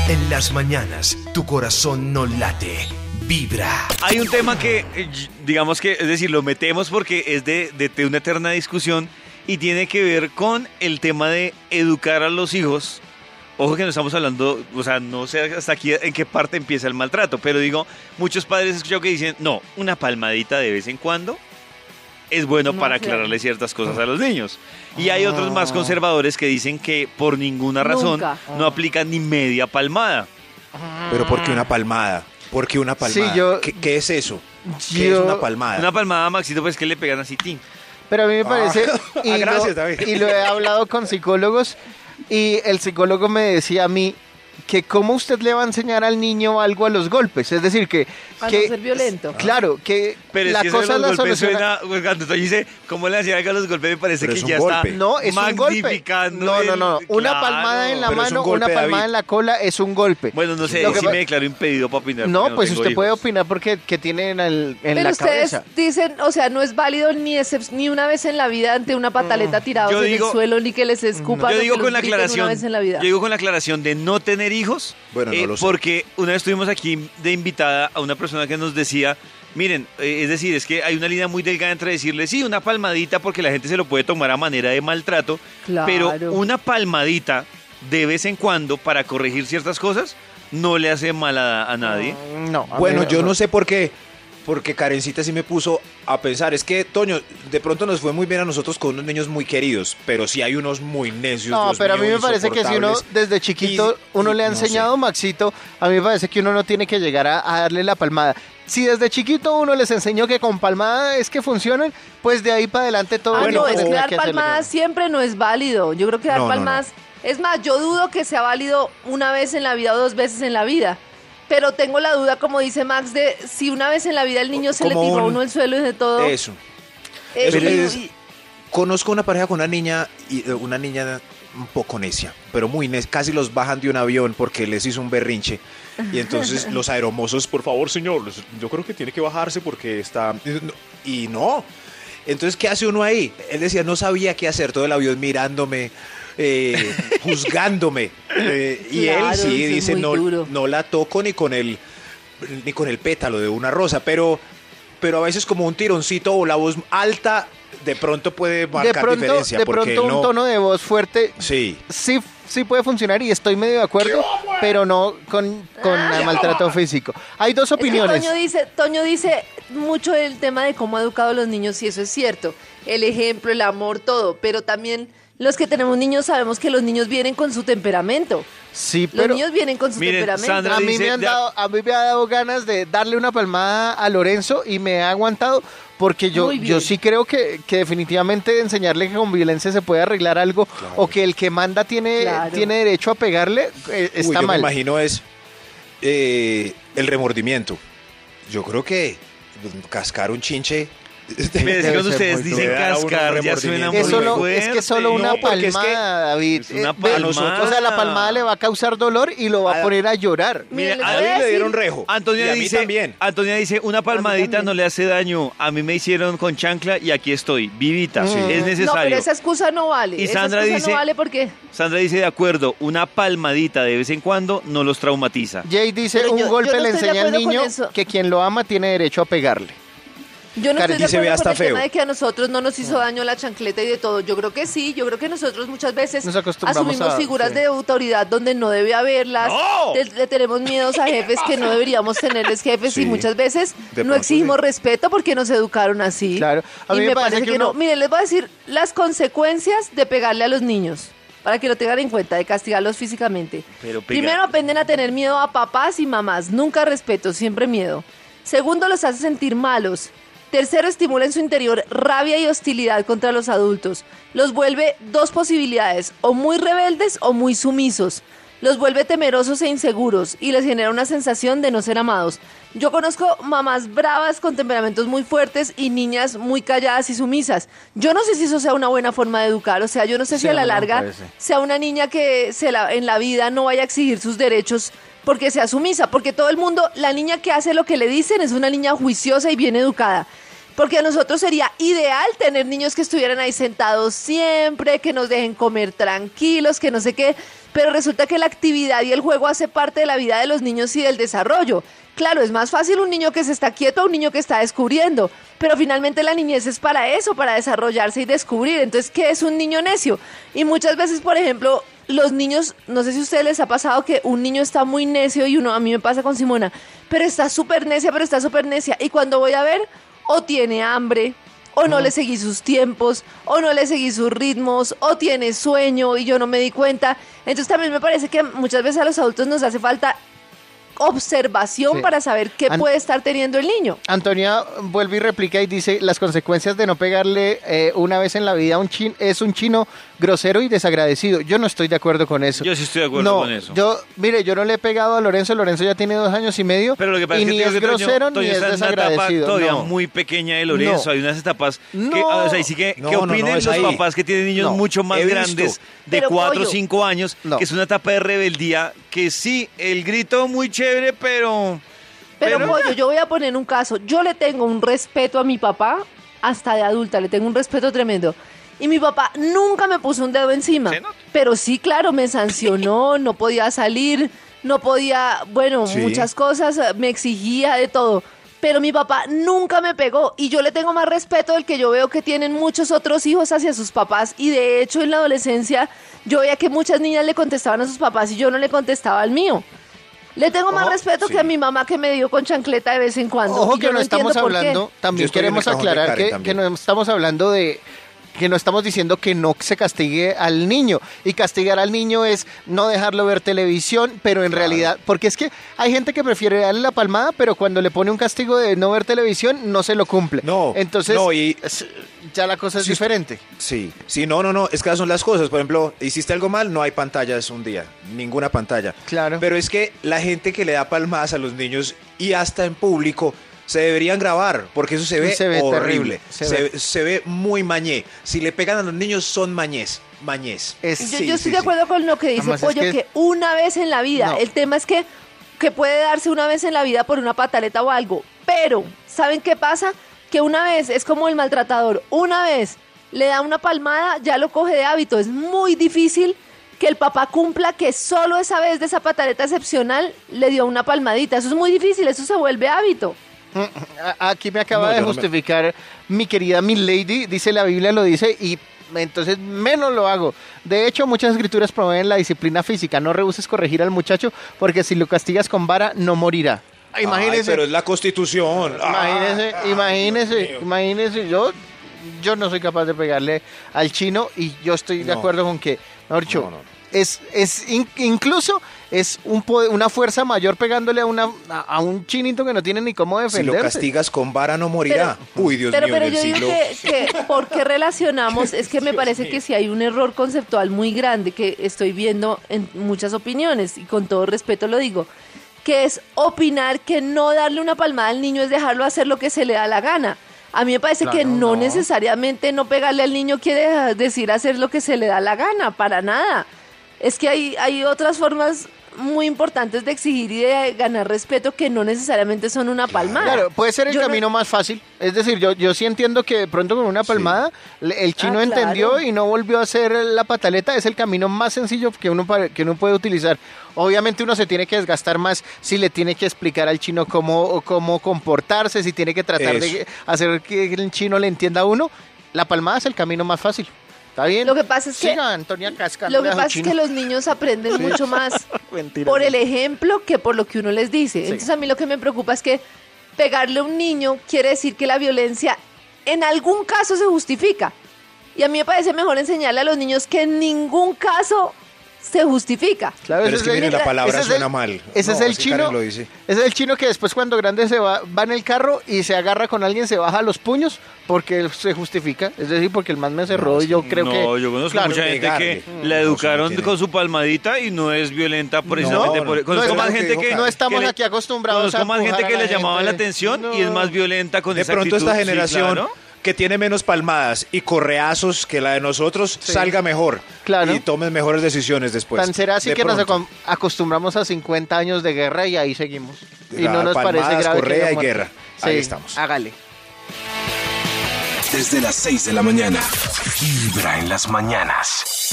En las mañanas, tu corazón no late, vibra. Hay un tema que, digamos que, es decir, lo metemos porque es de una eterna discusión y tiene que ver con el tema de educar a los hijos. Ojo que no estamos hablando, o sea, no sé hasta aquí en qué parte empieza el maltrato, pero digo, muchos padres he escuchado que dicen, no, una palmadita de vez en cuando es bueno para aclararle ciertas cosas a los niños. Y hay otros más conservadores que dicen que por ninguna razón no aplican ni media palmada. Pero ¿por qué una palmada? ¿Por qué una palmada? Sí, ¿Qué es eso? ¿Qué es una palmada? Una palmada, Maxito, pues que le pegan así, tin. Pero a mí me parece, gracias, David. y lo he hablado con psicólogos, y el psicólogo me decía a mí que cómo usted le va a enseñar al niño algo a los golpes, es decir, que no ser violento. Claro, que pero la es que cosa es la solución. Suena, pues, cuando tú dices, ¿cómo le hacía algo a los golpes? Me parece Pero que es ya un golpe. está No, es un golpe. magnificando. No. Una Claro. palmada en la Pero es un mano, golpe, una palmada David. en la cola es un golpe. Bueno, no sé, Lo que sí pa- me declaro impedido para opinar. No, porque pues tengo usted puede hijos. opinar porque que tiene en Pero la ustedes cabeza. dicen, o sea, no es válido ni una vez en la vida ante una pataleta tirados Yo en digo- el suelo, ni que les escupan, Yo o digo que con los la griten aclaración, una vez en la vida. yo digo con la aclaración de no tener hijos, Bueno, no lo sé. porque una vez estuvimos aquí de invitada a una persona que nos decía, miren, es decir, es que hay una línea muy delgada entre decirle, sí, una palmadita porque la gente se lo puede tomar a manera de maltrato, Claro. pero una palmadita de vez en cuando para corregir ciertas cosas no le hace mal a nadie. No, a Bueno, mí yo no sé por qué. Porque Karencita sí me puso a pensar. Es que, Toño, de pronto nos fue muy bien a nosotros con unos niños muy queridos, pero sí hay unos muy necios. No, Dios pero a mí mío, me parece que si uno insoportables. desde chiquito uno le ha no sé. enseñado, Maxito, a mí me parece que uno no tiene que llegar a darle la palmada. Si desde chiquito uno les enseñó que con palmada es que funcionan, pues de ahí para adelante todo Ah, el no, tiempo es que tiene dar hacerle palmadas caso. siempre no es válido. Yo creo que dar No, no, palmadas... Es más, yo dudo que sea válido una vez en la vida o dos veces en la vida. Pero tengo la duda, como dice Max, de si una vez en la vida el niño se le Como tiró a un- uno el suelo y de todo. Eso. Eso Pero y- es- y- Conozco una pareja con una niña un poco necia, pero muy necia. Casi los bajan de un avión porque les hizo un berrinche. Y entonces los aeromosos, por favor, señor, yo creo que tiene que bajarse porque está... Y no. Entonces, ¿qué hace uno ahí? Él decía, no sabía qué hacer, todo el avión mirándome, juzgándome. Y Claro, él eso sí es dice, muy duro. no la toco ni con el pétalo de una rosa, pero a veces como un tironcito o la voz alta de pronto puede marcar diferencia. de porque pronto un no, tono de voz fuerte Sí. sí puede funcionar y estoy medio de acuerdo, pero no con el maltrato físico. Hay dos Es que opiniones. Toño dice mucho el tema de cómo ha educado a los niños, y eso es cierto. El ejemplo, el amor, todo. Pero también los que tenemos niños sabemos que los niños vienen con su temperamento. Sí, Los pero niños vienen con su Miren, temperamento. Sandra a mí, dice, a mí me ha dado ganas de darle una palmada a Lorenzo y me ha aguantado porque Muy bien. yo sí creo que definitivamente enseñarle que con violencia se puede arreglar algo o que el que manda tiene Claro. derecho a pegarle, está Yo mal. me imagino es el remordimiento. Yo creo que cascar un chinche... Mire, es que Debe cuando ser ustedes muy dicen duro. Le da a uno cascar, un ya suena muy Es remordimiento. solo, es que solo fuerte. una No, porque es que palmada, David. es una Ve, palmada. o sea, la palmada le va a causar dolor y lo va a poner a llorar. Miren, les a voy A a mí le decir- dieron rejo. Antonia y a mí dice, también. Antonia dice, una palmadita también. no le hace daño. A mí me hicieron con chancla y aquí estoy, vivita. Es No, pero necesario. esa excusa no vale. Y Esa Sandra excusa dice- no vale porque... Sandra dice, de acuerdo, una palmadita de vez en cuando no los traumatiza. Jay dice, Pero un yo golpe no le estoy de enseña al acuerdo con niño eso. que quien lo ama tiene derecho a pegarle. Yo no Karen estoy de dice, ve acuerdo hasta con el feo. tema de que a nosotros no nos hizo daño la chancleta y de todo. Yo creo que sí, yo creo que nosotros muchas veces Nos acostumbramos asumimos a- figuras sí. de autoridad donde no debe haberlas. ¡No! Le tenemos miedos a jefes que no deberíamos tenerles jefes Sí. y muchas veces De no pronto exigimos sí. respeto porque nos educaron así. Claro. A y mí me parece que no. uno- Miren, les voy a decir las consecuencias de pegarle a los niños. Para que lo tengan en cuenta, de castigarlos físicamente. Pero pegar- Primero, aprenden a tener miedo a papás y mamás. Nunca respeto, siempre miedo. Segundo, los hace sentir malos. Tercero, estimula en su interior rabia y hostilidad contra los adultos. Los vuelve dos posibilidades, o muy rebeldes o muy sumisos. Los vuelve temerosos e inseguros y les genera una sensación de no ser amados. Yo conozco mamás bravas con temperamentos muy fuertes y niñas muy calladas y sumisas. Yo no sé si eso sea una buena forma de educar, o sea, yo no sé Sí, si a a la mí no me larga parece. sea una niña que en la vida no vaya a exigir sus derechos porque sea sumisa, porque todo el mundo, la niña que hace lo que le dicen es una niña juiciosa y bien educada. Porque a nosotros sería ideal tener niños que estuvieran ahí sentados siempre, que nos dejen comer tranquilos, que no sé qué. pero resulta que la actividad y el juego hace parte de la vida de los niños y del desarrollo. Claro, es más fácil un niño que se está quieto a un niño que está descubriendo, pero finalmente la niñez es para eso, para desarrollarse y descubrir. Entonces, ¿qué es un niño necio? Y muchas veces, por ejemplo, los niños, no sé si a ustedes les ha pasado que un niño está muy necio y a mí me pasa con Simona, pero está súper necia, y cuando voy a ver, o tiene hambre, o no le seguí sus tiempos, o no le seguí sus ritmos, o tiene sueño y yo no me di cuenta. Entonces también me parece que muchas veces a los adultos nos hace falta observación Sí. para saber qué puede estar teniendo el niño. Antonia vuelve y replica y dice, las consecuencias de no pegarle una vez en la vida a un es un chino grosero y desagradecido. Yo no estoy de acuerdo con eso. Yo sí estoy de acuerdo No, con eso. Mire, yo no le he pegado a Lorenzo ya tiene 2 años y medio, Pero lo que pasa y es que ni te digo es que Toño- grosero Toño ni es está en una etapa desagradecido. todavía No. muy pequeña de Lorenzo. No. Hay unas etapas que, No. o sea, y sí que No, ¿qué no, no, opinen es los ahí. papás que tienen niños No, mucho más he visto. grandes, de Pero, 4 o Pollo. 5 años, No. que es una etapa de rebeldía, que sí, el grito muy chévere, pero Pollo, yo voy a poner un caso. Yo le tengo un respeto a mi papá, hasta de adulta, le tengo un respeto tremendo. Y mi papá nunca me puso un dedo encima. ¿Se nota? Pero sí, claro, me sancionó, no podía salir, no podía, bueno, Sí. muchas cosas, me exigía de todo. Pero mi papá nunca me pegó y yo le tengo más respeto del que yo veo que tienen muchos otros hijos hacia sus papás. Y de hecho, en la adolescencia, yo veía que muchas niñas le contestaban a sus papás y yo no le contestaba al mío. Le tengo más Ojo, respeto sí. que a mi mamá que me dio con chancleta de vez en cuando. Ojo Y que yo no entiendo estamos por qué. hablando, Yo también estoy en el queremos cajón de aclarar Karen que también. no estamos hablando de que no estamos diciendo que no se castigue al niño. Y castigar al niño es no dejarlo ver televisión, pero en realidad, porque es que hay gente que prefiere darle la palmada, pero cuando le pone un castigo de no ver televisión, no se lo cumple. No, Entonces, no, y- ya la cosa es Sí, diferente. Sí, no, es que esas son las cosas. Por ejemplo, hiciste algo mal, no hay pantallas un día, ninguna pantalla. Claro. Pero es que la gente que le da palmadas a los niños y hasta en público se deberían grabar, porque eso se ve, Se ve horrible. terrible, Se ve muy mañé. Si le pegan a los niños son mañés. Es, Yo estoy de acuerdo con lo que dice Además, es Pollo, que- que una vez en la vida. No. El tema es que puede darse una vez en la vida por una pataleta o algo. Pero, ¿saben qué pasa? Que una vez es como el maltratador. Una vez le da una palmada, ya lo coge de hábito. Es muy difícil que el papá cumpla que solo esa vez de esa pataleta excepcional le dio una palmadita. Eso es muy difícil, eso se vuelve hábito. Aquí me acaba No, de yo no me- justificar mi querida Milady, dice la Biblia, lo dice, y entonces menos lo hago. De hecho, muchas escrituras promueven la disciplina física. No rehuses corregir al muchacho, porque si lo castigas con vara, no morirá. Ay, Imagínese, pero es la Constitución. imagínese, yo no soy capaz de pegarle al chino y yo estoy de No. acuerdo con que, mejor dicho, No. incluso es una fuerza mayor pegándole a un chinito que no tiene ni cómo Si defenderse. lo castigas con vara no morirá. Uy, Dios mío, Pero en el yo digo siglo... que ¿por qué relacionamos? Es que me parece que si hay un error conceptual muy grande que estoy viendo en muchas opiniones, y con todo respeto lo digo, que es opinar que no darle una palmada al niño es dejarlo hacer lo que se le da la gana. A mí me parece que no necesariamente no pegarle al niño quiere decir hacer lo que se le da la gana, para nada. Es que hay otras formas muy importantes de exigir y de ganar respeto que no necesariamente son una palmada. Claro, puede ser el Yo no- camino más fácil. Es decir, yo sí entiendo que de pronto con una palmada el chino Ah, entendió claro. y no volvió a hacer la pataleta. Es el camino más sencillo que uno puede utilizar. Obviamente uno se tiene que desgastar más si le tiene que explicar al chino cómo comportarse, si tiene que tratar de Eso. hacer que el chino le entienda a uno. La palmada es el camino más fácil. ¿Está bien? Lo que pasa es que- Siga, Antonia, cascando Lo que a su pasa es chino. que los niños aprenden mucho más Mentira. por el ejemplo que por lo que uno les dice. Entonces a mí lo que me preocupa es que pegarle a un niño quiere decir que la violencia en algún caso se justifica. Y a mí me parece mejor enseñarle a los niños que en ningún caso se justifica. Claro, Pero ese es que mire, la palabra ese es suena el- mal. Ese No, es el así chino. Karen lo dice. Ese es el chino que después cuando grande va en el carro y se agarra con alguien, se baja los puños porque se justifica. Es decir, porque el man me cerró y yo creo que. No, yo conozco claro, mucha gente pegarle. que la educaron tiene. con su palmadita y no es violenta precisamente no, por no. conozco No, más es gente que que dijo no estamos que le- aquí acostumbrados conozco a más gente empujar que a le la llamaba la gente. atención y es más violenta con De esa pronto actitud. esta Sí, generación claro. que tiene menos palmadas y correazos que la de nosotros salga mejor. Claro. Y tomen mejores decisiones después. Tan será así De que nos pronto. acostumbramos a 50 años de guerra y ahí seguimos. Y Ah, no nos parece palmadas, grave. que correa haya y muerto. guerra. Ahí estamos. Hágale. Desde las 6 de la mañana. Vibra en las mañanas.